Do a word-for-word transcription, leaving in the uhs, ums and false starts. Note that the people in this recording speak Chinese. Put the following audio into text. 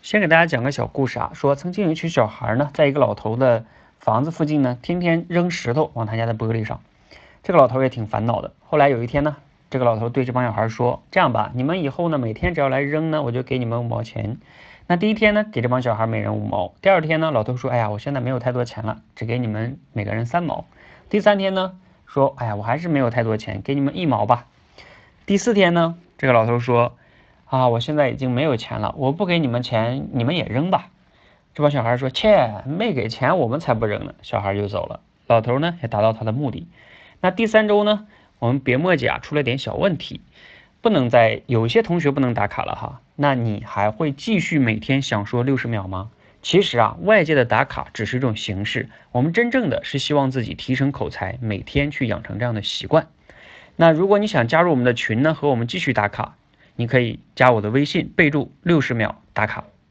先给大家讲个小故事啊，说曾经有一群小孩呢，在一个老头的房子附近呢，天天扔石头往他家的玻璃上。这个老头也挺烦恼的。后来有一天呢，这个老头对这帮小孩说：“这样吧，你们以后呢，每天只要来扔呢，我就给你们五毛钱。”那第一天呢，给这帮小孩每人五毛。第二天呢，老头说：“哎呀，我现在没有太多钱了，只给你们每个人三毛。”第三天呢，说：“哎呀，我还是没有太多钱，给你们一毛吧。”第四天呢，这个老头说：“啊，我现在已经没有钱了，我不给你们钱，你们也扔吧。”这帮小孩说：“切，没给钱，我们才不扔呢。”小孩就走了。老头呢也达到他的目的。那第三周呢，我们别墨迹啊出了点小问题，不能再有些同学不能打卡了哈。那你还会继续每天想说六十秒吗？其实啊，外界的打卡只是一种形式，我们真正的是希望自己提升口才，每天去养成这样的习惯。那如果你想加入我们的群呢，和我们继续打卡，你可以加我的微信，备注六十秒打卡。